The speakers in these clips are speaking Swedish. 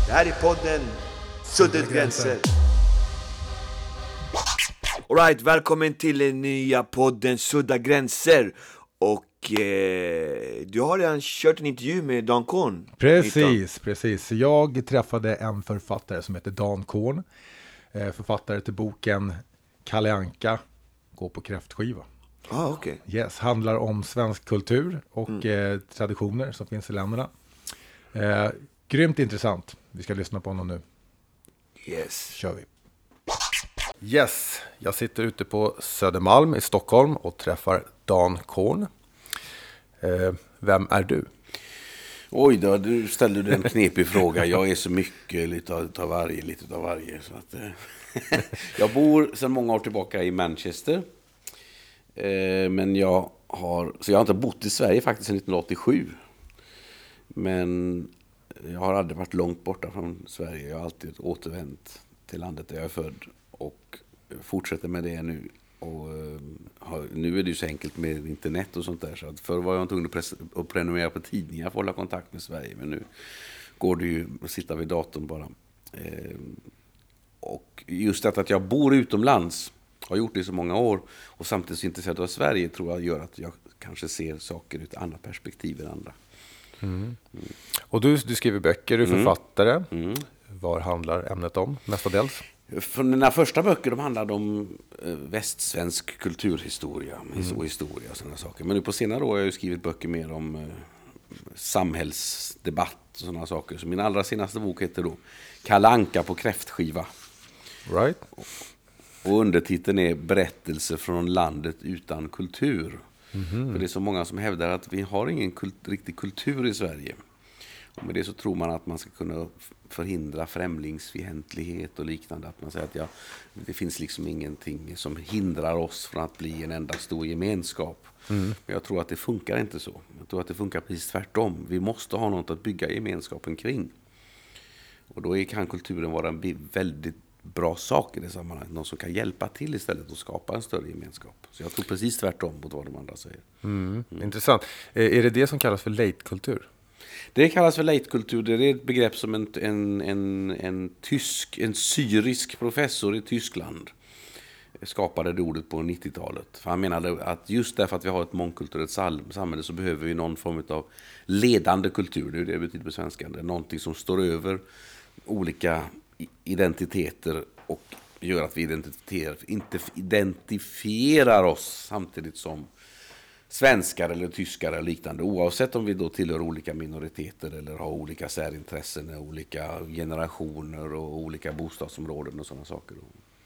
Det här är podden Sudda gränser. All right, välkommen till den nya podden Sudda gränser. Och du har redan kört en intervju med Dan Korn. Precis. Jag träffade en författare som heter Dan Korn. Författare till boken Kalle Anka, gå på kräftskiva. Okej. Yes, handlar om svensk kultur och traditioner som finns i länderna. Grymt intressant. Vi ska lyssna på honom nu. Yes. Kör vi. Yes, jag sitter ute på Södermalm i Stockholm och träffar Dan Korn. Vem är du? Oj då, du ställde en knepig fråga. Jag är så mycket lite av varje. Så att, jag bor sedan många år tillbaka i Manchester. Men jag har inte bott i Sverige faktiskt sedan 1987. Men jag har aldrig varit långt borta från Sverige. Jag har alltid återvänt till landet där jag är född och fortsätter med det nu. Och nu är det ju så enkelt med internet och sånt där, så att förr var jag tvungen att prenumerera på tidningar för att hålla kontakt med Sverige, men nu går det ju att sitta vid datorn bara. Och just det att jag bor utomlands, har gjort det i så många år och samtidigt så intresserad av Sverige, tror jag gör att jag kanske ser saker ur ett annat perspektiv än andra. Och du skriver böcker, du är författare. Vad handlar ämnet om mestadels? För mina första böcker de handlade om västsvensk kulturhistoria och historia och sådana saker. Men nu på senare år har jag skrivit böcker mer om samhällsdebatt och sådana saker. Så min allra senaste bok heter då Kalle Anka på kräftskiva. Right. Och undertiteln är Berättelser från landet utan kultur. För det är så många som hävdar att vi har ingen riktig kultur i Sverige. Och med det så tror man att man ska kunna förhindra främlingsfientlighet och liknande. Att man säger att det finns liksom ingenting som hindrar oss från att bli en enda stor gemenskap. Men jag tror att det funkar inte så. Jag tror att det funkar precis tvärtom. Vi måste ha något att bygga gemenskapen kring. Och då kan kulturen vara en väldigt bra sak i det sammanhanget. Någon som kan hjälpa till istället och skapa en större gemenskap. Så jag tror precis tvärtom mot vad de andra säger. Intressant. Är det som kallas för late-kultur? Det kallas för late-kultur. Det är ett begrepp som en syrisk professor i Tyskland skapade det ordet på 90-talet. För han menade att just därför att vi har ett mångkulturellt samhälle så behöver vi någon form av ledande kultur. Det är det betyder på svenska. Det är någonting som står över olika identiteter och gör att vi inte identifierar oss samtidigt som svenskar eller tyskar eller liknande, oavsett om vi då tillhör olika minoriteter eller har olika särintressen, olika generationer och olika bostadsområden och sådana saker.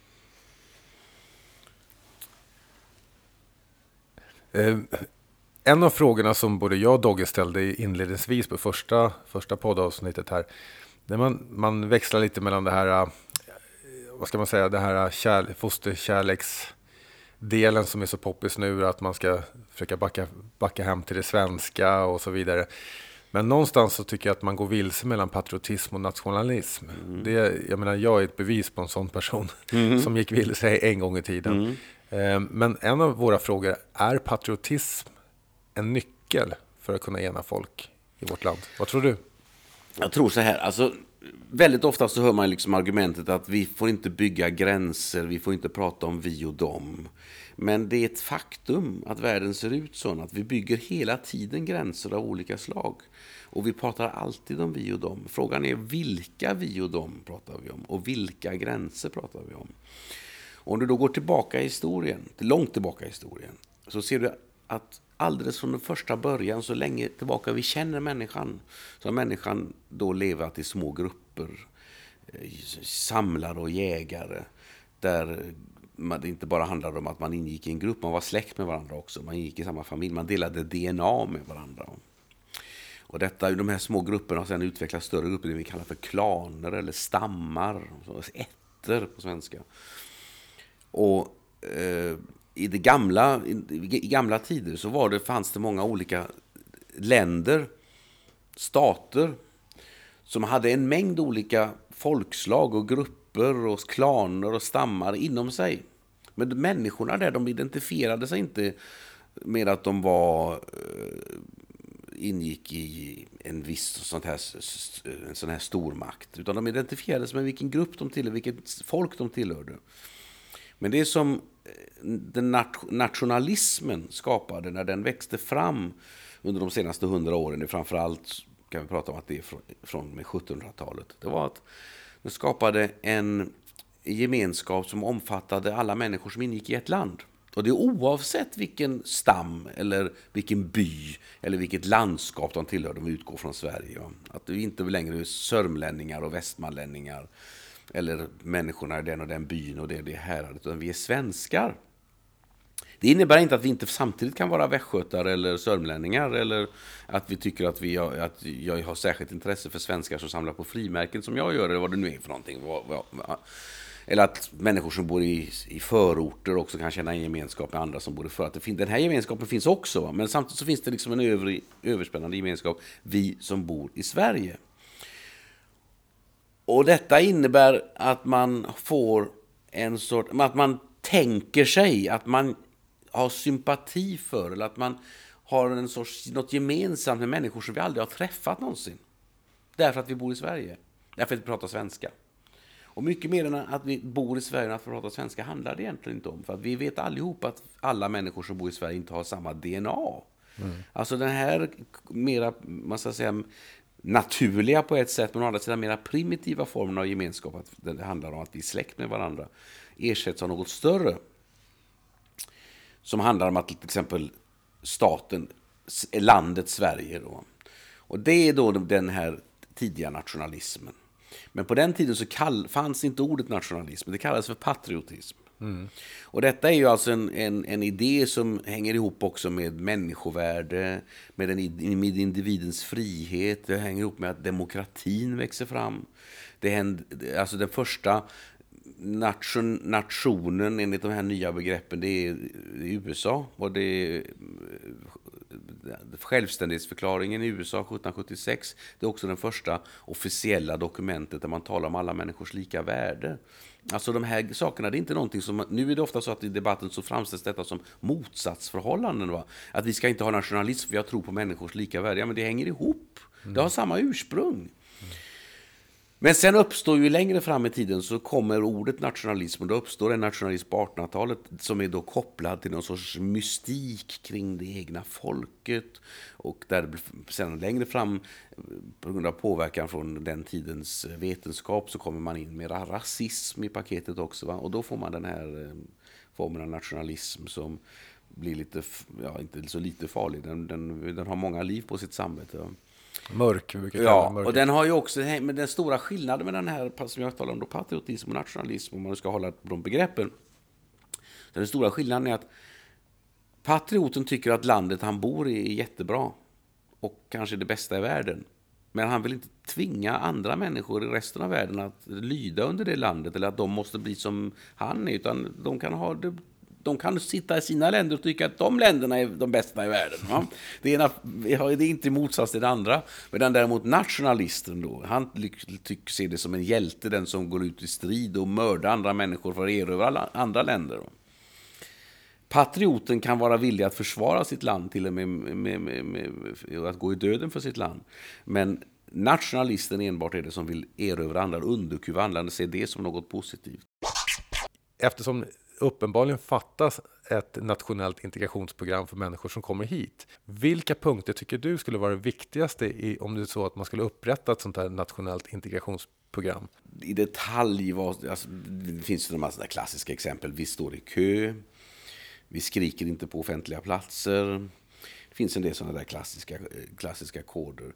En av frågorna som både jag och Dogge ställde inledningsvis på första poddavsnittet här, där man växlar lite mellan det här, vad ska man säga, det här fosterkärleksdelen som är så poppis nu, att man ska försöka backa hem till det svenska och så vidare. Men någonstans så tycker jag att man går vilse mellan patriotism och nationalism. Jag är ett bevis på en sån person som gick vilse en gång i tiden. Men en av våra frågor är patriotism en nyckel för att kunna ena folk i vårt land? Vad tror du? Jag tror så här, alltså väldigt ofta så hör man liksom argumentet att vi får inte bygga gränser, vi får inte prata om vi och dem. Men det är ett faktum att världen ser ut så att vi bygger hela tiden gränser av olika slag. Och vi pratar alltid om vi och dem. Frågan är vilka vi och dem pratar vi om och vilka gränser pratar vi om. Och om du då går tillbaka i historien, långt tillbaka i historien, så ser du att alldeles från den första början, så länge tillbaka vi känner människan, så har människan då levat i små grupper, samlare och jägare, där det inte bara handlade om att man ingick i en grupp, man var släkt med varandra också, man gick i samma familj, man delade DNA med varandra. Och de här små grupperna har sedan utvecklat större grupper, det vi kallar för klaner eller stammar, ätter på svenska. Och i gamla tider så fanns det många olika länder, stater, som hade en mängd olika folkslag och grupper och klaner och stammar inom sig. Men människorna där, de identifierade sig inte med att de var ingick i en sån här stormakt. Utan de identifierade sig med vilken grupp de tillhörde, vilket folk de tillhörde. Men det som den nationalismen skapade när den växte fram under de senaste 100 åren, framförallt kan vi prata om att det är från med 1700-talet, det var att den skapade en gemenskap som omfattade alla människor som ingick i ett land. Och det är oavsett vilken stam eller vilken by eller vilket landskap de tillhör, de utgår från Sverige. Att vi inte längre är sörmlänningar och västmanlänningar eller människorna i den och den byn och det häradet, utan vi är svenskar. Det innebär inte att vi inte samtidigt kan vara västgötar eller sörmlänningar, eller att vi tycker att jag har särskilt intresse för svenskar som samlar på frimärken som jag gör, eller vad det nu är för någonting. Eller att människor som bor i förorter också kan känna en gemenskap med andra som bor i förorter. Den här gemenskapen finns också, men samtidigt så finns det liksom en överspännande gemenskap, vi som bor i Sverige. Och detta innebär att man får att man tänker sig, att man har sympati för, eller att man har något gemensamt med människor som vi aldrig har träffat någonsin. Därför att vi bor i Sverige. Därför att vi pratar svenska. Och mycket mer än att vi bor i Sverige och att vi pratar svenska handlar det egentligen inte om. För att vi vet allihop att alla människor som bor i Sverige inte har samma DNA. Alltså den här mera, man ska säga, naturliga på ett sätt, men å andra sidan mera primitiva formen av gemenskap, att det handlar om att vi är släkt med varandra, ersätts av något större. Som handlar om att till exempel landet Sverige då. Och det är då den här tidiga nationalismen. Men på den tiden så fanns inte ordet nationalism, det kallades för patriotism. Och detta är ju alltså en idé som hänger ihop också med människovärde, med individens frihet, det hänger ihop med att demokratin växer fram. Alltså den första nationen enligt de här nya begreppen, det är USA, och det är självständighetsförklaringen i USA 1776. Det är också den första officiella dokumentet där man talar om alla människors lika värde. Alltså de här sakerna, det är inte någonting som, nu är det ofta så att i debatten så framställs detta som motsatsförhållanden, va? Att vi ska inte ha nationalism för jag tror på människors lika värde. Ja, men det hänger ihop. Det har samma ursprung. Men sen uppstår ju längre fram i tiden så kommer ordet nationalism, och då uppstår en nationalism på 1800-talet som är då kopplad till någon sorts mystik kring det egna folket, och där sen längre fram på grund av påverkan från den tidens vetenskap så kommer man in med rasism i paketet också, va? Och då får man den här formen av nationalism som blir lite, inte så lite farlig, den har många liv på sitt samvete, va? Mörk. Och den har ju också, men den stora skillnaden med den här, som jag talar om då, patriotism och nationalism, om man ska hålla på de begreppen. Den stora skillnaden är att patrioten tycker att landet han bor i är jättebra och kanske det bästa i världen. Men han vill inte tvinga andra människor i resten av världen att lyda under det landet, eller att de måste bli som han är, utan de kan sitta i sina länder och tycka att de länderna är de bästa i världen. Ja? Det är inte i motsats till det andra. Men däremot nationalisten då, han ser det som en hjälte, den som går ut i strid och mördar andra människor för att erövra andra länder. Då. Patrioten kan vara villig att försvara sitt land, till och med att gå i döden för sitt land. Men nationalisten enbart är det som vill erövra andra, underkuva andra, ser det som något positivt. Eftersom uppenbarligen fattas ett nationellt integrationsprogram för människor som kommer hit. Vilka punkter tycker du skulle vara det viktigaste om det är så att man skulle upprätta ett sånt här nationellt integrationsprogram? I detalj, det finns det en massa klassiska exempel. Vi står i kö, vi skriker inte på offentliga platser. Det finns en del sådana där klassiska koder.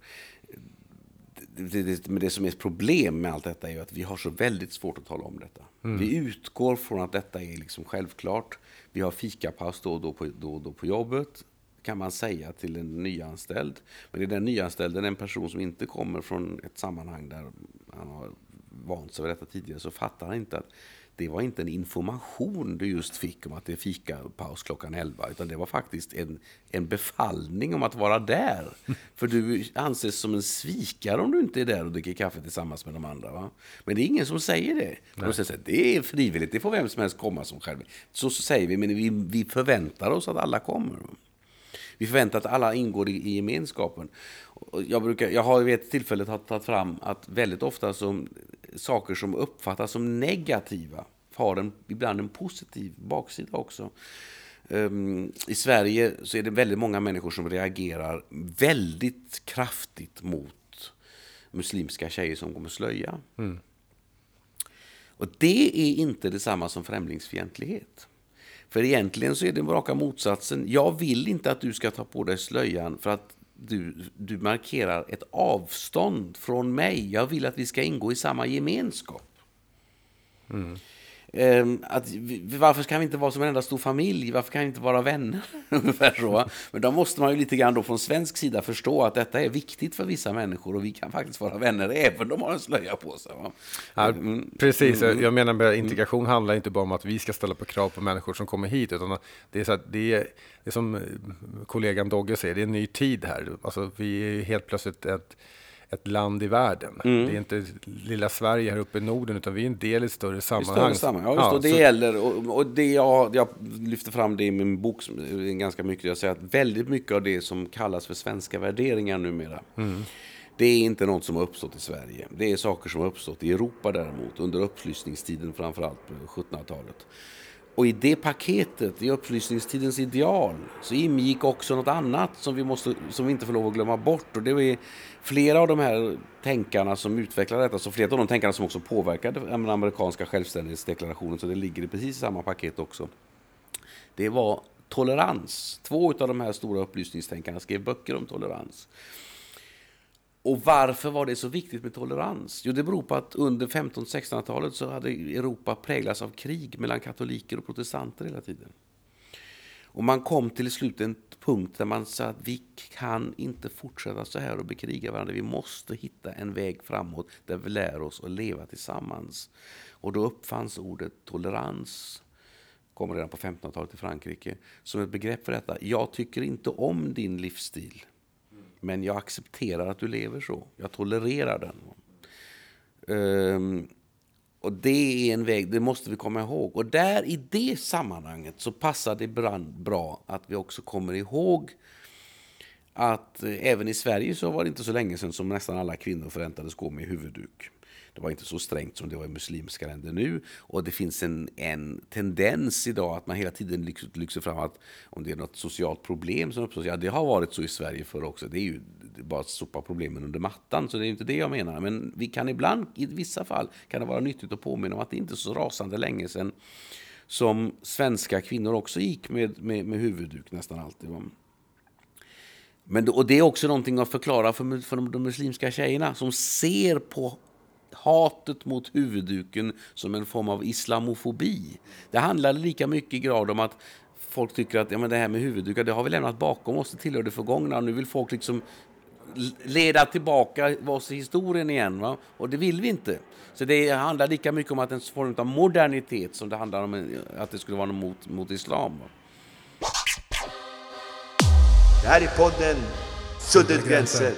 Men det som är ett problem med allt detta är ju att vi har så väldigt svårt att tala om detta. Vi utgår från att detta är liksom självklart. Vi har fikapaus då på jobbet, kan man säga till en nyanställd. Men det är den nyanställden, en person som inte kommer från ett sammanhang där han har vant sig vid detta tidigare, så fattar han inte att det var inte en information du just fick om att det är fikapaus klockan 11, utan det var faktiskt en befallning om att vara där. För du anses som en svikare om du inte är där och dricker kaffe tillsammans med de andra. Va? Men det är ingen som säger det. De säger att det är frivilligt, det får vem som helst komma som själv. Så säger vi, men vi förväntar oss att alla kommer. Vi förväntar att alla ingår i gemenskapen. Jag har vid ett tillfälle tagit fram att väldigt ofta som saker som uppfattas som negativa har ibland en positiv baksida också. I Sverige så är det väldigt många människor som reagerar väldigt kraftigt mot muslimska tjejer som går med slöja. Och det är inte detsamma som främlingsfientlighet. För egentligen så är det raka motsatsen. Jag vill inte att du ska ta på dig slöjan för att du markerar ett avstånd från mig. Jag vill att vi ska ingå i samma gemenskap. Varför kan vi inte vara som en enda stor familj? Varför kan vi inte vara vänner? Ungefär så. Men då måste man ju lite grann då från svensk sida förstå att detta är viktigt för vissa människor och vi kan faktiskt vara vänner även om de har en slöja på sig. Ja, precis, jag menar med integration handlar inte bara om att vi ska ställa på krav på människor som kommer hit, utan det är så att det är som kollegan Dogge säger, det är en ny tid här. Alltså, vi är helt plötsligt ett land i världen. Det är inte lilla Sverige här uppe i Norden, utan vi är en del i ett större sammanhang. Det gäller, och det jag lyfter fram det i min bok ganska mycket. Jag säger att väldigt mycket av det som kallas för svenska värderingar numera, det är inte något som har uppstått i Sverige. Det är saker som har uppstått i Europa däremot, under upplysningstiden framförallt på 1700-talet. Och i det paketet, i upplysningstidens ideal, så ingick också något annat som vi inte får lov att glömma bort. Och det är flera av de här tänkarna som utvecklar detta, så flera av de tänkarna som också påverkade den amerikanska självständighetsdeklarationen, så det ligger i precis samma paket också. Det var tolerans. 2 av de här stora upplysningstänkarna skrev böcker om tolerans. Och varför var det så viktigt med tolerans? Jo, det beror på att under 1500-1600-talet så hade Europa präglats av krig mellan katoliker och protestanter hela tiden. Och man kom till slut en punkt där man sa att vi kan inte fortsätta så här och bekriga varandra. Vi måste hitta en väg framåt där vi lär oss att leva tillsammans. Och då uppfanns ordet tolerans. Kommer redan på 1500-talet i Frankrike som ett begrepp för detta. Jag tycker inte om din livsstil. Men jag accepterar att du lever så. Jag tolererar den. Och det är en väg, det måste vi komma ihåg. Och där i det sammanhanget så passar det bra att vi också kommer ihåg att även i Sverige så var det inte så länge sedan som nästan alla kvinnor förväntades gå med huvudduk. Det var inte så strängt som det var i muslimska länder nu. Och det finns en tendens idag att man hela tiden lyxar fram att om det är något socialt problem som uppstår. Ja, det har varit så i Sverige förr också. Det är ju bara att sopa problemen under mattan. Så det är inte det jag menar. Men vi kan ibland, i vissa fall, kan det vara nyttigt att påminna om att det inte är så rasande länge sedan som svenska kvinnor också gick med huvudduk nästan alltid. Och det är också någonting att förklara för de muslimska tjejerna som ser på hatet mot huvudduken som en form av islamofobi. Det handlar lika mycket i grad om att folk tycker att det här med huvuddukar, det har vi lämnat bakom oss, det tillhör det förgångna. Nu vill folk liksom leda tillbaka oss i historien igen. Va? Och det vill vi inte. Så det handlar lika mycket om att en form av modernitet som det handlar om att det skulle vara något mot islam. Va? Det här är podden Suddet gränser.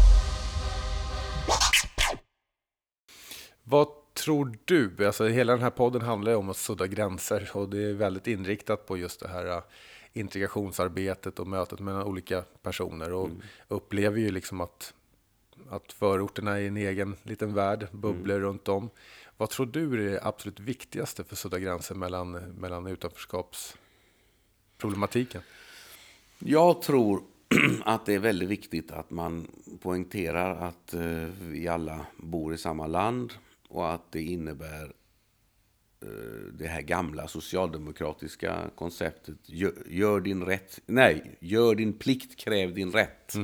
Vad tror du? Alltså, hela den här podden handlar om att sudda gränser och det är väldigt inriktat på just det här integrationsarbetet och mötet mellan olika personer och upplever ju liksom att förorterna är en egen liten värld, bubblor runt om. Vad tror du är det absolut viktigaste för att sudda gränser mellan utanförskapsproblematiken? Jag tror att det är väldigt viktigt att man poängterar att vi alla bor i samma land och att det innebär det här gamla socialdemokratiska konceptet gör din plikt, kräv din rätt.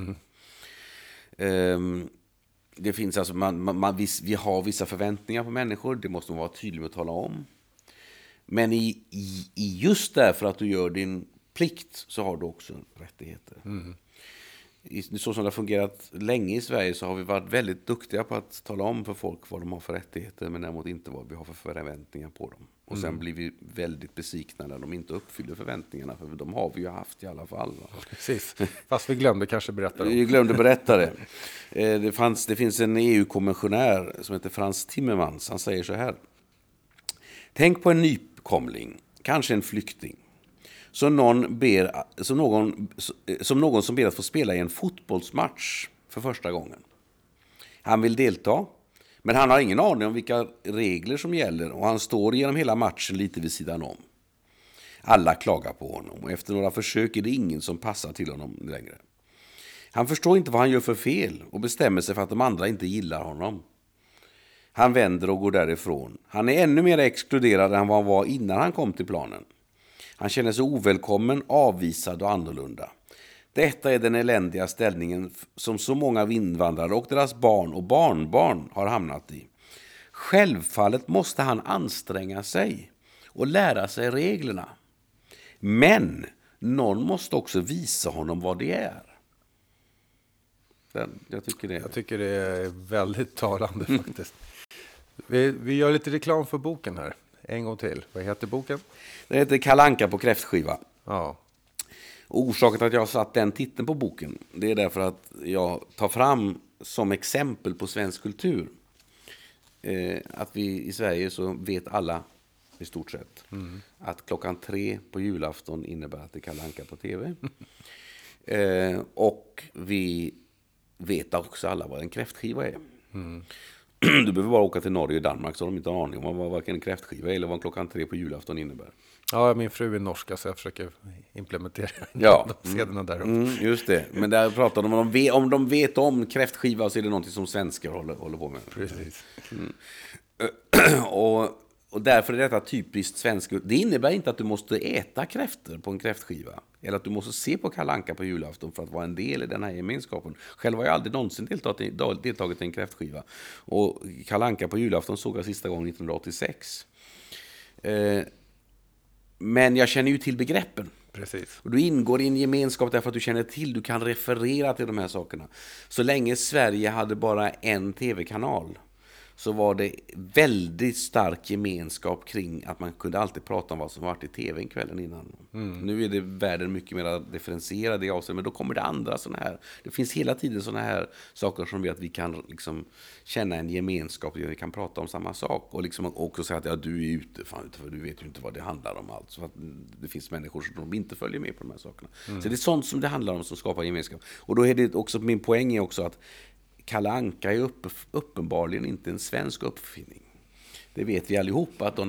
Det finns alltså vi har vissa förväntningar på människor, det måste man vara tydlig med att tala om. Men i just därför att du gör din plikt så har du också rättigheter. Så som det har fungerat länge i Sverige så har vi varit väldigt duktiga på att tala om för folk vad de har för rättigheter, men däremot inte vad vi har för förväntningar på dem. Och sen blir vi väldigt besvikna när de inte uppfyller förväntningarna, för de har vi ju haft i alla fall. Va? Precis, fast vi glömde kanske berätta det. Vi glömde berätta det. Det finns en EU-kommissionär som heter Frans Timmermans. Han säger så här: tänk på en nykomling, kanske en flykting, som någon som ber att få spela i en fotbollsmatch för första gången. Han vill delta, men han har ingen aning om vilka regler som gäller och han står genom hela matchen lite vid sidan om. Alla klagar på honom och efter några försök är det ingen som passar till honom längre. Han förstår inte vad han gör för fel och bestämmer sig för att de andra inte gillar honom. Han vänder och går därifrån. Han är ännu mer exkluderad än vad han var innan han kom till planen. Han känner sig ovälkommen, avvisad och annorlunda. Detta är den eländiga ställningen som så många invandrare och deras barn och barnbarn har hamnat i. Självfallet måste han anstränga sig och lära sig reglerna. Men någon måste också visa honom vad det är. Jag tycker det är väldigt talande faktiskt. Vi gör lite reklam för boken här. En gång till. Vad heter boken? Den heter Kalle Anka på kräftskiva. Ja. Och orsaken till att jag har satt den titeln på boken, det är därför att jag tar fram som exempel på svensk kultur. Att vi i Sverige så vet alla i stort sett att 3 på julafton innebär att det är Kalle Anka på tv. Och vi vet också alla vad en kräftskiva är. Du behöver bara åka till Norge och Danmark så har de inte en aning om vad varken en kräftskiva eller vad 3 på julafton innebär. Ja, min fru är norska så jag försöker implementera de sederna där också. Just det, men där pratar de om de vet om kräftskiva så är det någonting som svenskar håller på med. Precis. Och därför är detta typiskt svenskt. Det innebär inte att du måste äta kräftor på en kräftskiva. Eller att du måste se på Kalle Anka på julafton för att vara en del i den här gemenskapen. Själv har jag aldrig någonsin deltagit i en kräftskiva. Och Kalle Anka på julafton såg jag sista gången 1986. Men jag känner ju till begreppen. Precis. Och du ingår i en gemenskap därför att du känner till, du kan referera till de här sakerna. Så länge Sverige hade bara en tv-kanal så var det väldigt stark gemenskap kring att man kunde alltid prata om vad som varit i tvn kvällen innan. Nu är det världen mycket mer differentierad i avseende, men då kommer det andra sådana här. Det finns hela tiden sådana här saker som gör att vi kan liksom känna en gemenskap, vi kan prata om samma sak och liksom också säga att ja, du är ute, för du vet ju inte vad det handlar om allt. Så att det finns människor som inte följer med på de här sakerna. Så det är sånt som det handlar om som skapar gemenskap. Och då är det också, min poäng är också att Kalle Anka är uppenbarligen inte en svensk uppfinning. Det vet vi allihopa att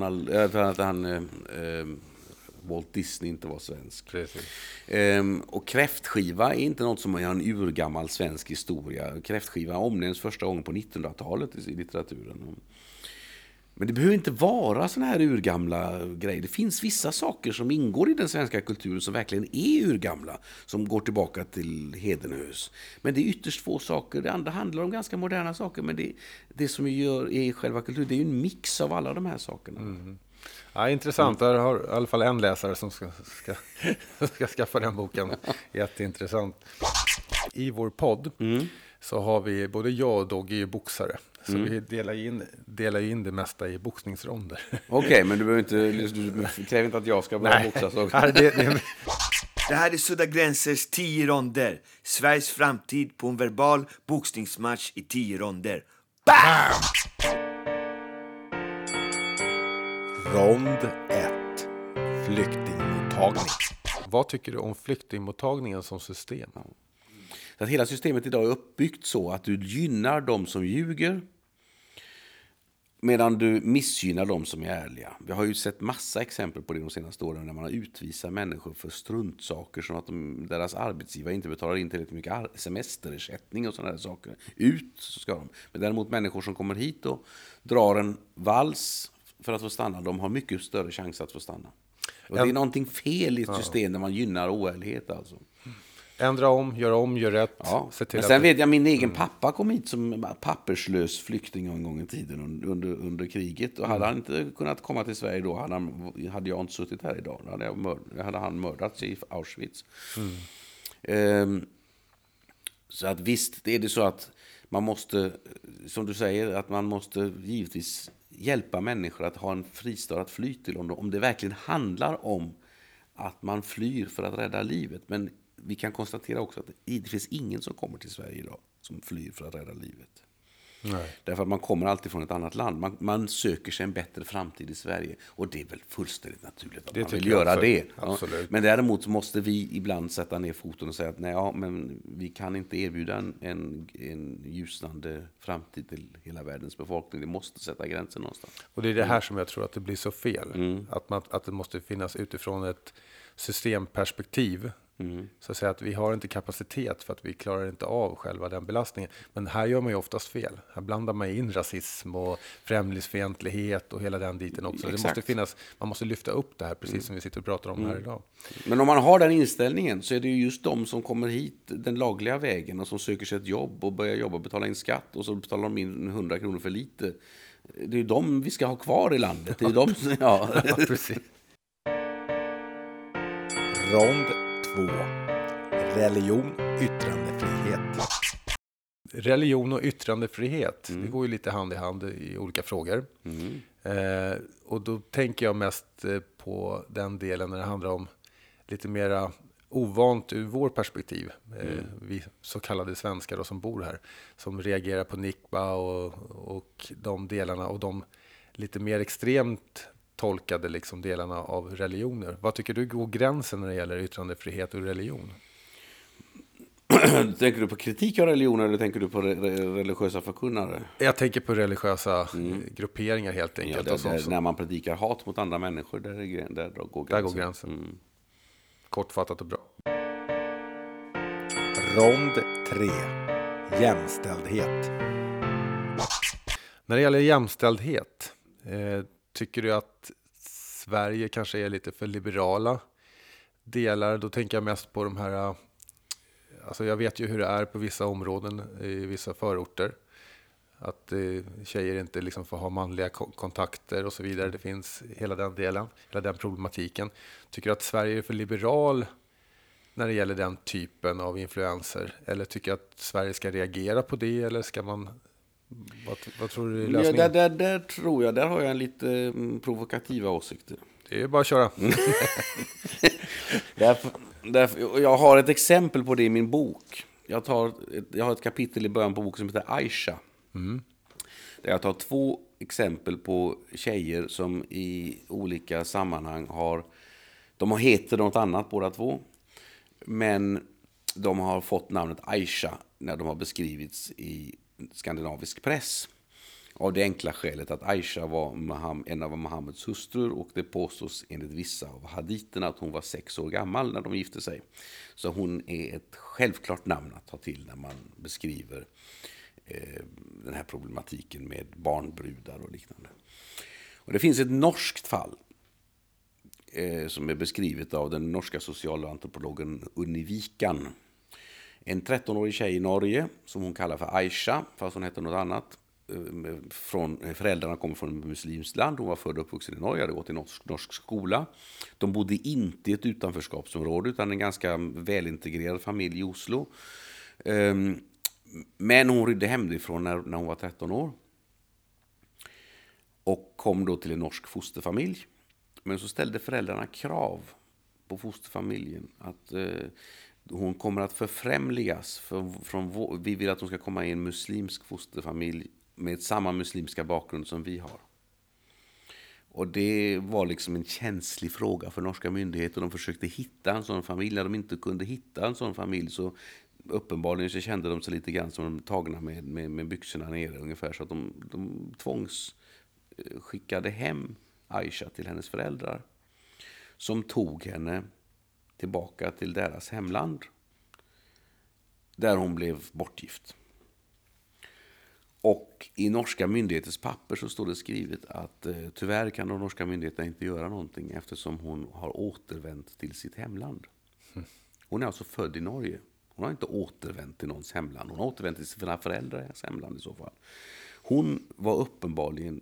Walt Disney inte var svensk. Och kräftskiva är inte något som är en urgammal svensk historia. Kräftskiva omnämns första gången på 1900-talet i litteraturen. Men det behöver inte vara såna här urgamla grejer. Det finns vissa saker som ingår i den svenska kulturen som verkligen är urgamla, som går tillbaka till Hedenhös. Men det är ytterst få saker. Det andra handlar om ganska moderna saker, men det som gör i själva kulturen, det är ju en mix av alla de här sakerna. Ja, intressant. Där har i alla fall en läsare som ska skaffa den boken. Jätteintressant. I vår podd så har vi, både jag och Dogge är boxare. Så vi delar in det mesta i boxningsronder. Okej, men du kräver inte att jag ska börja boxas också. Det här är Sudda Gränsers 10 ronder. Sveriges framtid på en verbal boxningsmatch i 10 ronder. BAM! Rond 1. Flyktingmottagning. Vad tycker du om flyktingmottagningen som system? Så att hela systemet idag är uppbyggt så att du gynnar de som ljuger medan du missgynnar de som är ärliga. Vi har ju sett massa exempel på det de senaste åren när man har utvisat människor för struntsaker som att deras arbetsgivare inte betalar in tillräckligt mycket semesterersättning och sådana där saker. Ut så ska de. Men däremot människor som kommer hit och drar en vals för att få stanna, de har mycket större chans att få stanna. Och det är någonting fel i ett system där man gynnar oärlighet alltså. Ändra om, gör rätt. Ja. Men sen vet jag, min egen pappa kom hit som papperslös flykting en gång i tiden under kriget. Och hade han inte kunnat komma till Sverige då hade jag inte suttit här idag. Då hade han mördats i Auschwitz. Så att visst är det så att man måste, som du säger, att man måste givetvis hjälpa människor att ha en fristad att fly till om det verkligen handlar om att man flyr för att rädda livet. Men vi kan konstatera också att det finns ingen som kommer till Sverige idag som flyr för att rädda livet. Nej. Därför att man kommer alltid från ett annat land. Man söker sig en bättre framtid i Sverige. Och det är väl fullständigt naturligt att Det man vill tycker jag göra också. det. Absolut. Ja. Men däremot måste vi ibland sätta ner foten och säga att nej, ja, men vi kan inte erbjuda en ljusnande framtid till hela världens befolkning. Det måste sätta gränsen någonstans. Och det är det här som jag tror att det blir så fel. Att det måste finnas utifrån ett systemperspektiv. Så att säga att vi har inte kapacitet för att vi klarar inte av själva den belastningen. Men här gör man ju oftast fel. Här blandar man in rasism och främlingsfientlighet och hela den biten också. Det måste finnas, man måste lyfta upp det här precis som vi sitter och pratar om här idag. Men om man har den inställningen så är det ju just de som kommer hit den lagliga vägen och som söker sig ett jobb och börjar jobba och betala in skatt och så betalar de in 100 kronor för lite. Det är ju de vi ska ha kvar i landet. Det är de som, ja. Ja, precis. Rond 2. Religion, yttrandefrihet. Religion och yttrandefrihet, det går ju lite hand i hand i olika frågor. Och då tänker jag mest på den delen när det handlar om lite mera ovant ur vår perspektiv. Vi så kallade svenskar då, som bor här, som reagerar på Nikba och de delarna och de lite mer extremt tolkade liksom delarna av religioner. Vad tycker du går gränsen när det gäller yttrandefrihet och religion? Tänker du på kritik av religion eller tänker du på religiösa förkunnare? Jag tänker på religiösa grupperingar helt enkelt. Ja, när man predikar hat mot andra människor, där går gränsen. Där går gränsen. Kortfattat och bra. Rond 3. Jämställdhet. När det gäller jämställdhet, tycker du att Sverige kanske är lite för liberala delar? Då tänker jag mest på de här, alltså jag vet ju hur det är på vissa områden i vissa förorter. Att tjejer inte liksom får ha manliga kontakter och så vidare. Det finns hela den delen, hela den problematiken. Tycker du att Sverige är för liberal när det gäller den typen av influenser? Eller tycker du att Sverige ska reagera på det? Eller ska man... Vad tror du är lösningen? Ja, där tror jag, där har jag en lite provokativa åsikter. Det är bara att köra. Därför, jag har ett exempel på det i min bok. Jag har ett kapitel i början på boken som heter Aisha. Där jag tar 2 exempel på tjejer som i olika sammanhang de heter något annat båda 2. Men de har fått namnet Aisha när de har beskrivits i skandinavisk press. Av det enkla skälet att Aisha var en av Muhammeds hustrur och det påstås enligt vissa av haditerna att hon var 6 år gammal när de gifte sig. Så hon är ett självklart namn att ta till när man beskriver den här problematiken med barnbrudar och liknande. Och det finns ett norskt fall som är beskrivet av den norska socialantropologen Unni Vikan. En 13-årig tjej i Norge som hon kallar för Aisha, fast hon heter något annat. Föräldrarna kommer från ett muslimskt land. Hon var född och uppvuxen i Norge, hade gått i norsk skola. De bodde inte i ett utanförskapsområde utan en ganska välintegrerad familj i Oslo. Men hon rydde hemifrån när hon var 13 år. Och kom då till en norsk fosterfamilj. Men så ställde föräldrarna krav på fosterfamiljen att hon kommer att förfrämligas. Vi vill att hon ska komma i en muslimsk fosterfamilj med samma muslimska bakgrund som vi har. Och det var liksom en känslig fråga för norska myndigheter. De försökte hitta en sån familj. När de inte kunde hitta en sån familj så uppenbarligen så kände de sig lite grann som de tagna med byxorna nere ungefär. Så att de tvångsskickade hem Aisha till hennes föräldrar. Som tog henne tillbaka till deras hemland. Där hon blev bortgift. Och i norska myndigheters papper så står det skrivet att tyvärr kan de norska myndigheterna inte göra någonting eftersom hon har återvänt till sitt hemland. Hon är alltså född i Norge. Hon har inte återvänt till någons hemland. Hon har återvänt till sina föräldrars hemland i så fall. Hon var uppenbarligen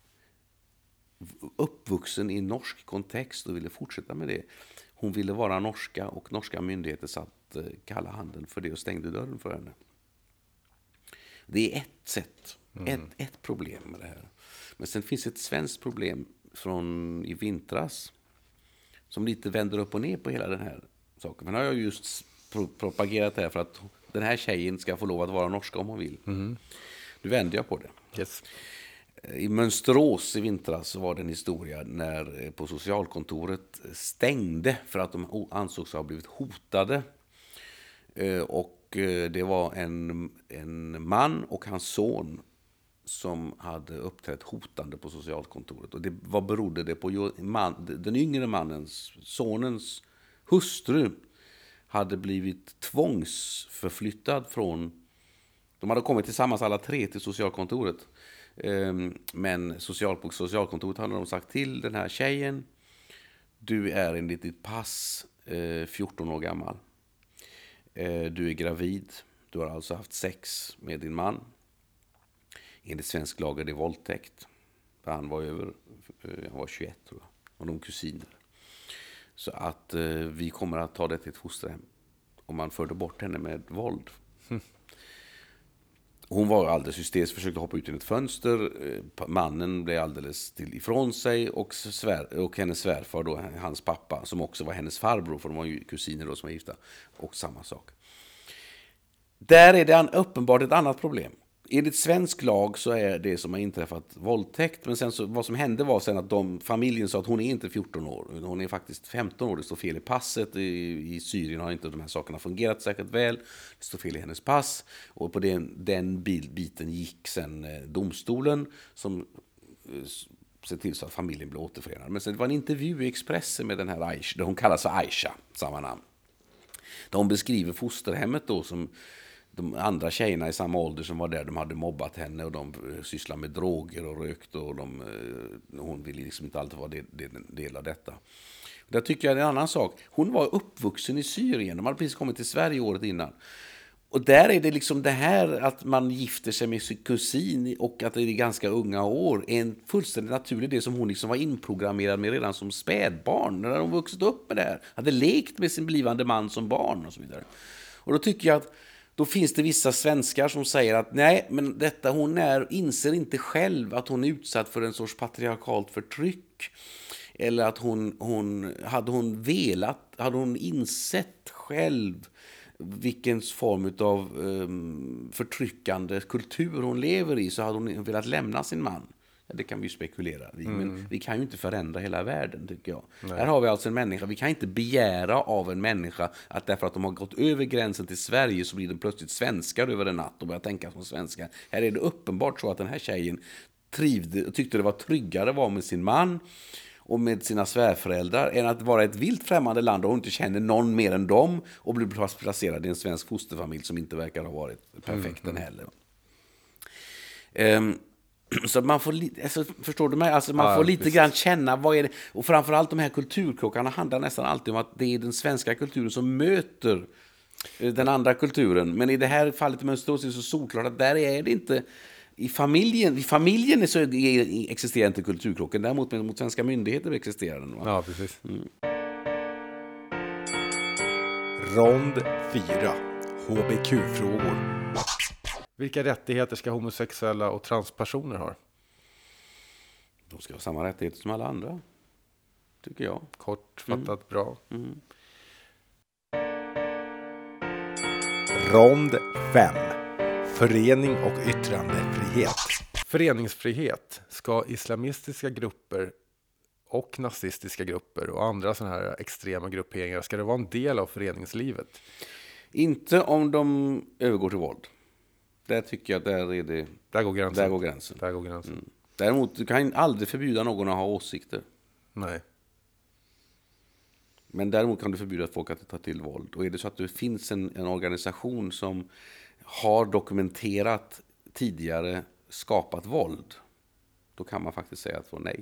uppvuxen i en norsk kontext och ville fortsätta med det. Hon ville vara norska och norska myndigheter satt kalla handen för det och stängde dörren för henne. Det är ett sätt, ett problem med det här. Men sen finns ett svenskt problem från i vintras som lite vänder upp och ner på hela den här saken. Men har jag just propagerat här för att den här tjejen ska få lov att vara norska om hon vill. Nu vänder jag på det. Yes. I Mönsterås i vintras så var det en historia när på socialkontoret stängde för att de ansågs ha blivit hotade. Och det var en man och hans son som hade uppträtt hotande på socialkontoret. Och vad berodde det på? Den yngre mannens, sonens hustru hade blivit tvångsförflyttad från... De hade kommit tillsammans alla tre till socialkontoret. Men på socialkontoret hade de sagt till den här tjejen: du är enligt ditt pass 14 år gammal. Du är gravid. Du har alltså haft sex med din man. Enligt svensk lag är det våldtäkt. Han var 21 tror jag. Och de kusiner. Så att vi kommer att ta det till ett fosterhem. Och man förde bort henne med våld. Hon var alldeles hysterisk, försökte hoppa ut i ett fönster. Mannen blev alldeles ifrån sig. Och hennes svärfar då, hans pappa, som också var hennes farbror, för de var ju kusiner då som var gifta. Och samma sak. Där är det uppenbart ett annat problem. Enligt svensk lag så är det som har inträffat våldtäkt. Men sen så, vad som hände var sen att familjen sa att hon är inte 14 år. Hon är faktiskt 15 år. Det står fel i passet. I Syrien har inte de här sakerna fungerat särskilt väl. Det står fel i hennes pass. Och på den biten gick sen domstolen som ser till så att familjen blev återförenad. Men sen det var en intervju i Expressen med den här Aisha. Hon kallas för Aisha, samma namn. Där hon beskriver fosterhemmet då som... De andra tjejerna i samma ålder som var där, de hade mobbat henne och de sysslade med droger och rökt och hon ville liksom inte alltid vara del av detta. Där tycker jag det är en annan sak. Hon var uppvuxen i Syrien, de hade precis kommit till Sverige året innan. Och där är det liksom det här att man gifter sig med sin kusin och att det är ganska unga år är en fullständigt naturlig det som hon liksom var inprogrammerad med redan som spädbarn. När hon vuxit upp med det här, hade lekt med sin blivande man som barn och så vidare. Och då tycker jag att då finns det vissa svenskar som säger att nej, men hon inser inte själv att hon är utsatt för en sorts patriarkalt förtryck. Eller att hade hon insett själv vilken form av förtryckande kultur hon lever i, så hade hon velat lämna sin man. Ja, det kan vi ju spekulera i, men vi kan ju inte förändra hela världen, tycker jag. Nej. Här har vi alltså en människa, vi kan inte begära av en människa att därför att de har gått över gränsen till Sverige så blir de plötsligt svenskar över en natt och börjar tänka som svenskar. Här är det uppenbart så att den här tjejen tyckte det var tryggare att vara med sin man och med sina svärföräldrar än att vara ett vilt främmande land och hon inte känner någon mer än dem och blir placerad i en svensk fosterfamilj som inte verkar ha varit perfekt den heller. Så man får, förstår du mig? Alltså man får lite grann känna vad är det, och framförallt de här kulturkrockarna handlar nästan alltid om att det är den svenska kulturen som möter den andra kulturen. Men i det här fallet i Mönsterås är det så solklart att där är det inte i familjen är så existerar inte kulturkrocken, däremot mot svenska myndigheter existerar den. Va? Ja, precis. Rond 4. HBQ-frågor. Vilka rättigheter ska homosexuella och transpersoner ha? De ska ha samma rättigheter som alla andra, tycker jag. Kortfattat, bra. Rond 5. Förening och yttrandefrihet. Föreningsfrihet. Ska islamistiska grupper och nazistiska grupper och andra sådana här extrema grupperingar, ska det vara en del av föreningslivet? Inte om de övergår till våld. Där tycker jag att där går gränsen. Däremot du kan aldrig förbjuda någon att ha åsikter. Nej. Men däremot kan du förbjuda folk att ta till våld. Och är det så att det finns en organisation som har dokumenterat tidigare skapat våld, då kan man faktiskt säga att få nej.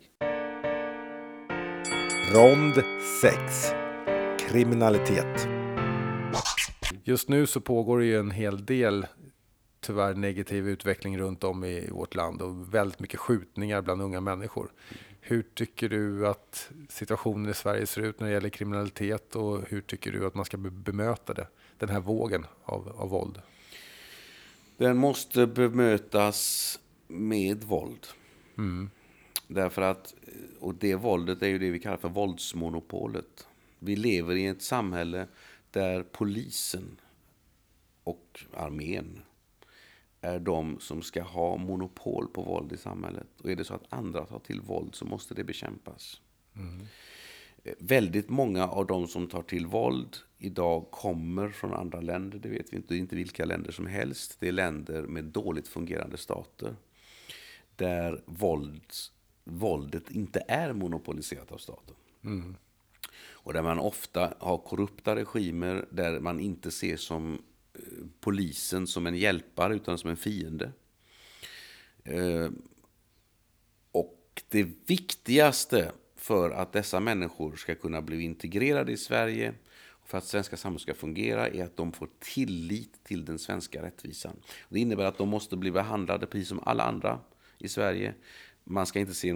Rond 6. Kriminalitet. Just nu så pågår det ju en hel del tyvärr negativ utveckling runt om i vårt land och väldigt mycket skjutningar bland unga människor. Hur tycker du att situationen i Sverige ser ut när det gäller kriminalitet och hur tycker du att man ska bemöta den här vågen av våld? Den måste bemötas med våld. Därför att, och det våldet är ju det vi kallar för våldsmonopolet. Vi lever i ett samhälle där polisen och armén är de som ska ha monopol på våld i samhället. Och är det så att andra tar till våld så måste det bekämpas. Väldigt många av de som tar till våld idag kommer från andra länder. Det vet vi inte. Det är inte vilka länder som helst. Det är länder med dåligt fungerande stater. Där våldet inte är monopoliserat av staten. Och där man ofta har korrupta regimer. Där man inte ser som polisen som en hjälpare utan som en fiende. Och det viktigaste för att dessa människor ska kunna bli integrerade i Sverige och för att svenska samhället ska fungera är att de får tillit till den svenska rättvisan. Det innebär att de måste bli behandlade precis som alla andra i Sverige. Man ska inte se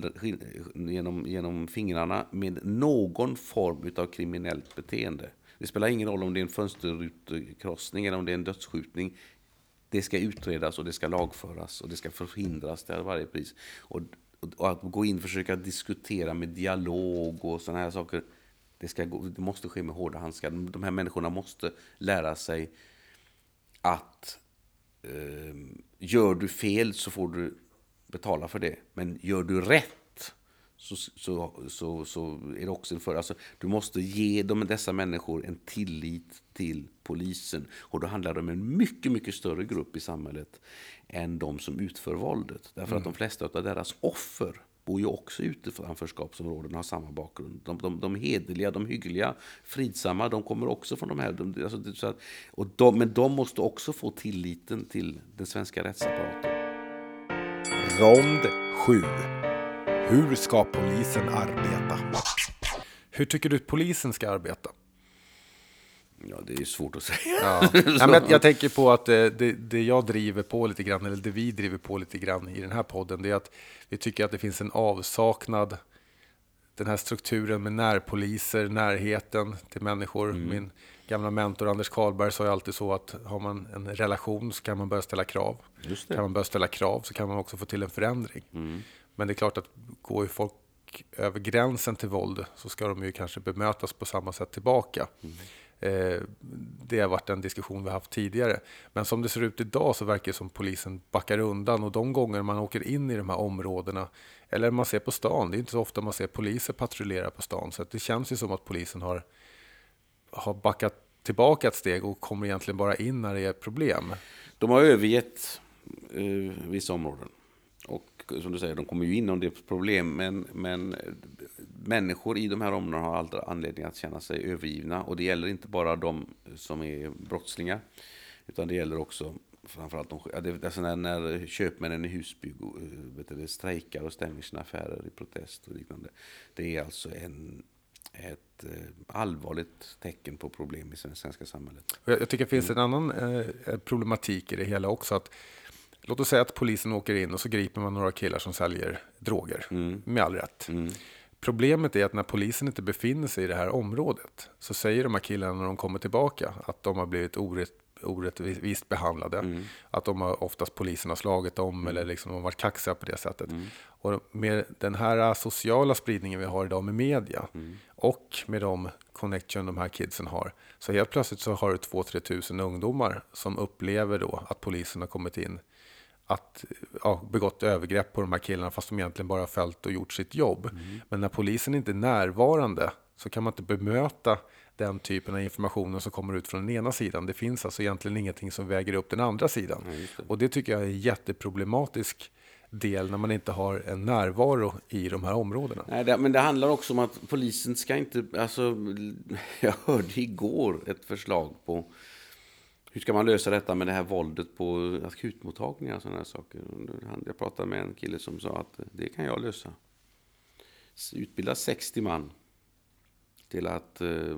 genom fingrarna med någon form av kriminellt beteende. Det spelar ingen roll om det är en fönsterutkrossning eller om det är en dödsskjutning. Det ska utredas och det ska lagföras och det ska förhindras till varje pris. Och att gå in och försöka diskutera med dialog och sådana här saker, det måste ske med hårda handskar. De här människorna måste lära sig att gör du fel så får du betala för det. Men gör du rätt så är det också en för. Alltså, du måste ge dessa människor en tillit till polisen. Och då handlar det om en mycket, mycket större grupp i samhället än de som utför våldet. Därför att de flesta av deras offer bor ju också ute utanförskapsområden och har samma bakgrund. De hederliga, de hyggliga, fridsamma, de kommer också från de här. Men de måste också få tilliten till den svenska rättsapparaten. Rond 7. Hur ska polisen arbeta? Hur tycker du att polisen ska arbeta? Ja, det är svårt att säga. Ja. Ja, men jag tänker på att det jag driver på lite grann, eller det vi driver på lite grann i den här podden, det är att vi tycker att det finns en avsaknad, den här strukturen med närpoliser, närheten till människor. Min gamla mentor Anders Karlberg sa ju alltid så att har man en relation så kan man börja ställa krav. Just det. Kan man börja ställa krav så kan man också få till en förändring. Men det är klart att går ju folk över gränsen till våld så ska de ju kanske bemötas på samma sätt tillbaka. Det har varit en diskussion vi har haft tidigare. Men som det ser ut idag så verkar det som polisen backar undan. Och de gånger man åker in i de här områdena, eller man ser på stan, det är inte så ofta man ser poliser patrullera på stan. Så att det känns ju som att polisen har backat tillbaka ett steg och kommer egentligen bara in när det är problem. De har övergett vissa områden. Och som du säger, de kommer ju in om det är problem. Men människor i de här områdena har alltid anledning att känna sig övergivna. Och det gäller inte bara de som är brottslingar. Utan det gäller också framförallt när köpmännen i Husby strejkar och stänger sina affärer i protest och liknande. Det är alltså ett allvarligt tecken på problem i det svenska samhället. Jag tycker det finns en annan problematik i det hela också. Att låt oss säga att polisen åker in och så griper man några killar som säljer droger. Med all rätt. Problemet är att när polisen inte befinner sig i det här området så säger de här killarna när de kommer tillbaka att de har blivit orättvist behandlade. Att de har oftast polisen har slagit dem eller liksom de har varit kaxiga på det sättet. Och med den här sociala spridningen vi har idag med media och med de connection de här kidsen har, så helt plötsligt så har du 2-3 tusen ungdomar som upplever då att polisen har kommit in att begått övergrepp på de här killarna fast de egentligen bara har följt och gjort sitt jobb. Men när polisen inte är närvarande så kan man inte bemöta den typen av information som kommer ut från den ena sidan. Det finns alltså egentligen ingenting som väger upp den andra sidan. Och det tycker jag är en jätteproblematisk del när man inte har en närvaro i de här områdena. Nej, men det handlar också om att polisen ska inte... Alltså, jag hörde igår ett förslag på hur ska man lösa detta med det här våldet på akutmottagningar och sådana här saker. Jag pratade med en kille som sa att det kan jag lösa. Utbilda 60 man till att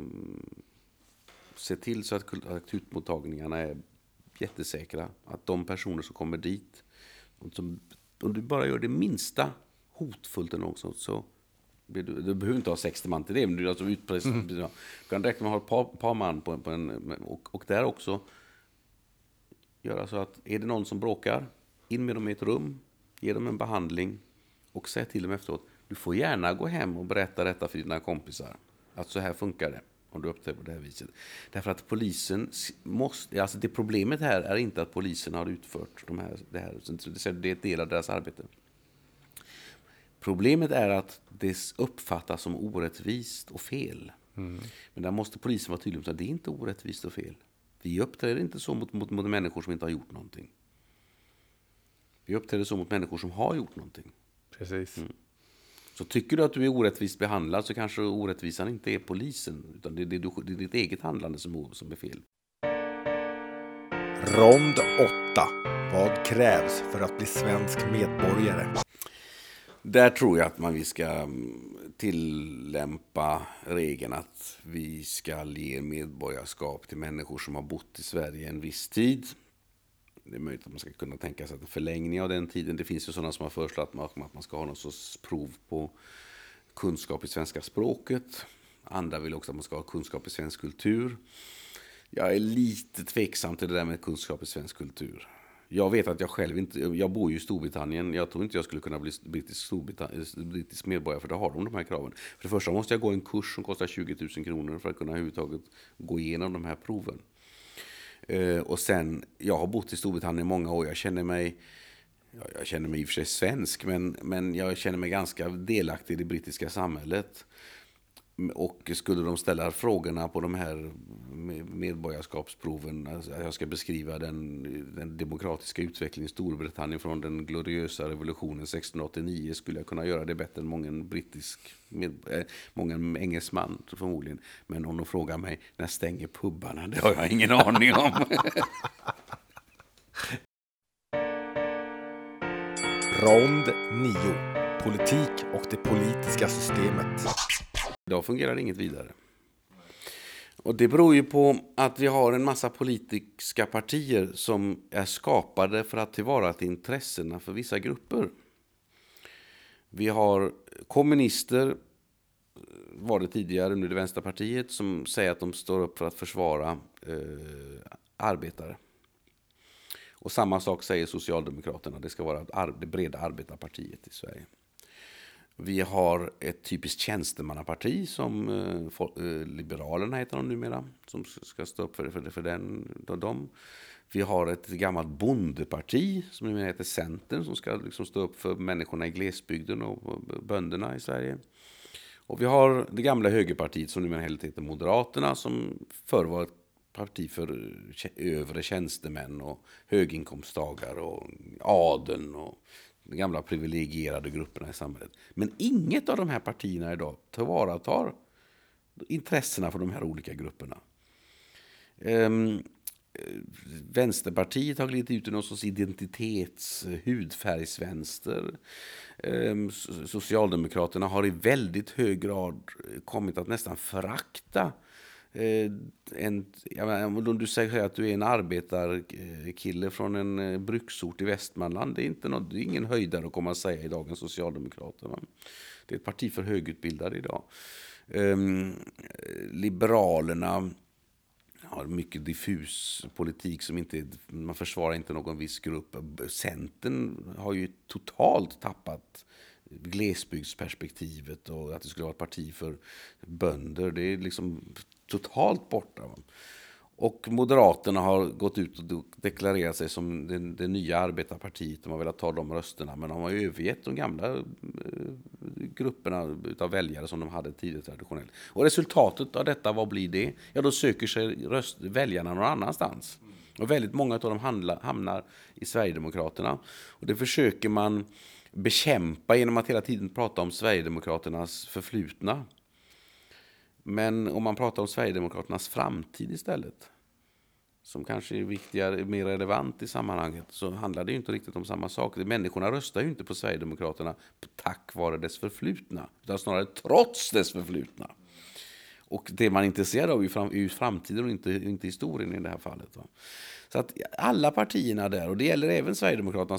se till så att akutmottagningarna är jättesäkra. Att de personer som kommer dit, om du bara gör det minsta hotfullt eller något sånt, så du behöver inte ha 60 man till det. Men du alltså du kan räkna med att ha ett par man på en och där också göra så att är det någon som bråkar, in med dem i ett rum, ge dem en behandling och säg till dem efteråt, du får gärna gå hem och berätta detta för dina kompisar. Att så här funkar det. om du uppträder på det här viset. Därför att polisen måste, alltså det problemet här är inte att polisen har utfört det här, det är ett del av deras arbete. Problemet är att det uppfattas som orättvist och fel. Men där måste polisen vara tydlig med att det är inte orättvist och fel. Vi uppträder inte så mot människor som inte har gjort någonting. Vi uppträder så mot människor som har gjort någonting. Precis. Så tycker du att du är orättvist behandlad så kanske orättvisan inte är polisen, utan det är ditt eget handlande som är fel. Rond 8. Vad krävs för att bli svensk medborgare? Där tror jag att vi ska tillämpa regeln att vi ska ge medborgarskap till människor som har bott i Sverige en viss tid. Det är möjligt att man ska kunna tänka sig en förlängning av den tiden. Det finns ju sådana som har föreslagit att man ska ha någon sorts prov på kunskap i svenska språket. Andra vill också att man ska ha kunskap i svensk kultur. Jag är lite tveksam till det där med kunskap i svensk kultur. Jag vet att jag själv inte, jag bor ju i Storbritannien, jag tror inte jag skulle kunna bli brittisk medborgare, för då har de här kraven. För det första måste jag gå en kurs som kostar 20 000 kronor för att kunna överhuvudtaget gå igenom de här proven. Och sen, jag har bott i Storbritannien i många år, jag känner mig i och för sig svensk, men jag känner mig ganska delaktig i det brittiska samhället. Och skulle de ställa frågorna på de här medborgarskapsproven, alltså jag ska beskriva den demokratiska utvecklingen i Storbritannien från den gloriösa revolutionen 1689, skulle jag kunna göra det bättre än många engelsman förmodligen. Men om de frågar mig, när stänger pubbarna? Det har jag ingen aning om. Rond 9. Politik och det politiska systemet. Idag fungerar inget vidare. Och det beror ju på att vi har en massa politiska partier som är skapade för att tillvarata intressena för vissa grupper. Vi har kommunister, var det tidigare, nu är det Vänsterpartiet, som säger att de står upp för att försvara arbetare. Och samma sak säger Socialdemokraterna, det ska vara det breda arbetarpartiet i Sverige. Vi har ett typiskt tjänstemannaparti som Liberalerna heter de numera, som ska stå upp för dem. Vi har ett gammalt bondeparti som numera heter Centern, som ska liksom stå upp för människorna i glesbygden och bönderna i Sverige. Och vi har det gamla högerpartiet som numera heter Moderaterna, som förr var ett parti för övre tjänstemän och höginkomsttagare och adeln och de gamla privilegierade grupperna i samhället. Men inget av de här partierna idag tillvaratar intressena för de här olika grupperna. Vänsterpartiet har glidit ut i någon sorts hudfärgsvänster. Socialdemokraterna har i väldigt hög grad kommit att nästan förakta om du säger att du är en arbetarkille från en bruksort i Västmanland, det är ingen höjdare att komma att säga i dagens Socialdemokrater. Det är ett parti för högutbildade idag. Liberalerna har mycket diffus politik som man försvarar inte någon viss grupp. Centern har ju totalt tappat glesbygdsperspektivet och att det skulle vara ett parti för bönder. Det är liksom totalt borta. Och Moderaterna har gått ut och deklarerat sig som det nya arbetarpartiet. De har velat ta de rösterna, men de har övergett de gamla grupperna av väljare som de hade tidigt traditionellt. Och resultatet av detta, vad blir det? Ja, då söker sig väljarna någon annanstans. Och väldigt många av dem hamnar i Sverigedemokraterna. Och det försöker man bekämpa genom att hela tiden prata om Sverigedemokraternas förflutna. Men om man pratar om Sverigedemokraternas framtid istället, som kanske är viktigare, mer relevant i sammanhanget, så handlar det ju inte riktigt om samma sak. Människorna röstar ju inte på Sverigedemokraterna tack vare dess förflutna, utan snarare trots dess förflutna. Och det man är intresserad av är ju framtiden och inte historien i det här fallet. Va? Så att alla partierna där, och det gäller även Sverigedemokraterna,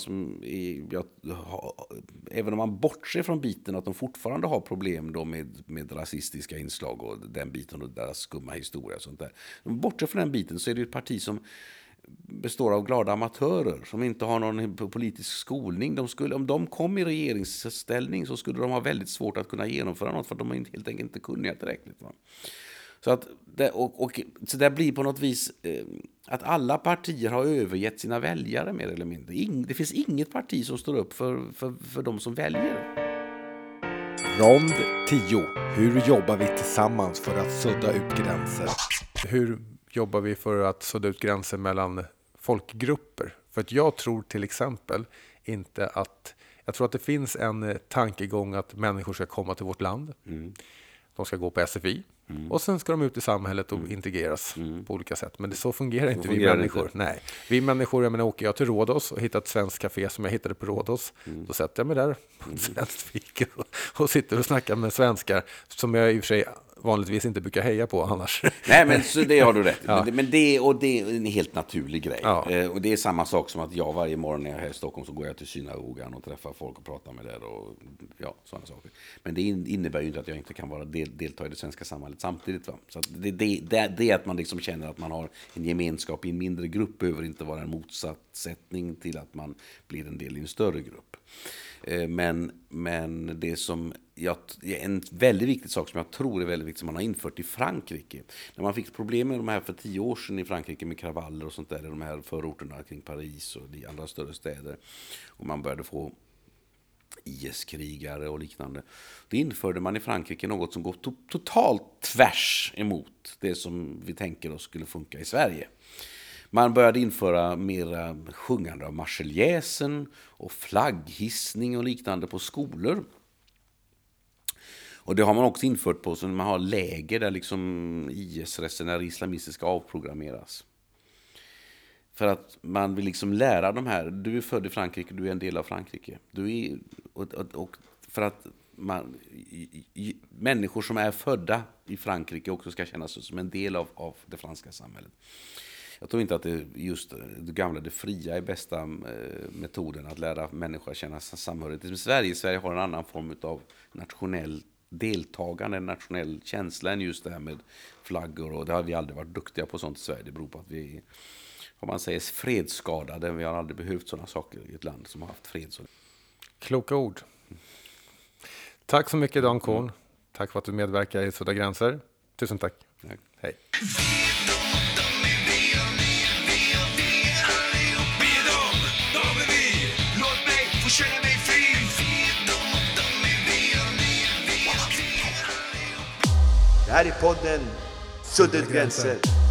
även om man bortser från biten att de fortfarande har problem då med rasistiska inslag och den biten och deras skumma historia och sånt där. Men bortser från den biten så är det ett parti som består av glada amatörer som inte har någon politisk skolning. Om de kom i regeringsställning så skulle de ha väldigt svårt att kunna genomföra något, för de är helt enkelt inte kunniga tillräckligt. Va? Så att så det blir på något vis att alla partier har övergett sina väljare mer eller mindre. Det finns inget parti som står upp för de som väljer. Rond 10. Hur jobbar vi tillsammans för att sudda ut gränser? Hur jobbar vi för att sudda ut gränser mellan folkgrupper? För att jag tror till exempel inte att... Jag tror att det finns en tankegång att människor ska komma till vårt land. De ska gå på SFI. Och sen ska de ut i samhället och integreras på olika sätt. Men så fungerar inte vi människor. Inte. Nej. Vi människor, åker jag till Rhodos och hittar ett svenskt café som jag hittade på Rhodos. Då sätter jag mig där på ett svenskt fika och sitter och snackar med svenskar som jag i och för sig vanligtvis inte brukar heja på annars. Nej, men så det har du rätt. Ja. Men det är en helt naturlig grej. Ja. Och det är samma sak som att jag varje morgon när jag är här i Stockholm så går jag till synagogan och träffar folk och pratar med där och sådana saker. Men det innebär ju inte att jag inte kan vara delta i det svenska samhället samtidigt. Va? Så att det är att man liksom känner att man har en gemenskap i en mindre grupp behöver inte vara en motsättning till att man blir en del i en större grupp. Men det som en väldigt viktig sak som jag tror är väldigt viktigt som man har infört i Frankrike. När man fick problem med de här för 10 år sedan i Frankrike med kravaller och sånt där i de här förorterna kring Paris och de andra större städer. Och man började få IS-krigare och liknande. Då införde man i Frankrike något som går totalt tvärs emot det som vi tänker oss skulle funka i Sverige. Man började införa mera sjungande av Marseljäsen och flagghissning och liknande på skolor. Och det har man också infört på så man har läger där liksom IS-resenärer islamistiska avprogrammeras. För att man vill liksom lära de här, du är född i Frankrike, du är en del av Frankrike. Och för att människor som är födda i Frankrike också ska känna sig som en del av det franska samhället. Jag tror inte att det gamla, det fria är bästa metoden att lära människor att känna samhörighet. I Sverige har en annan form av nationell deltagande, en nationell känsla än just det här med flaggor. Och det har vi aldrig varit duktiga på sånt i Sverige. Det beror på att vi, om man säger fredsskadade, vi har aldrig behövt sådana saker i ett land som har haft fred. Kloka ord. Tack så mycket Dan Korn. Tack för att du medverkar i Sudda gränser. Tusen tack. Hej. Det här är podden Sudda gränser.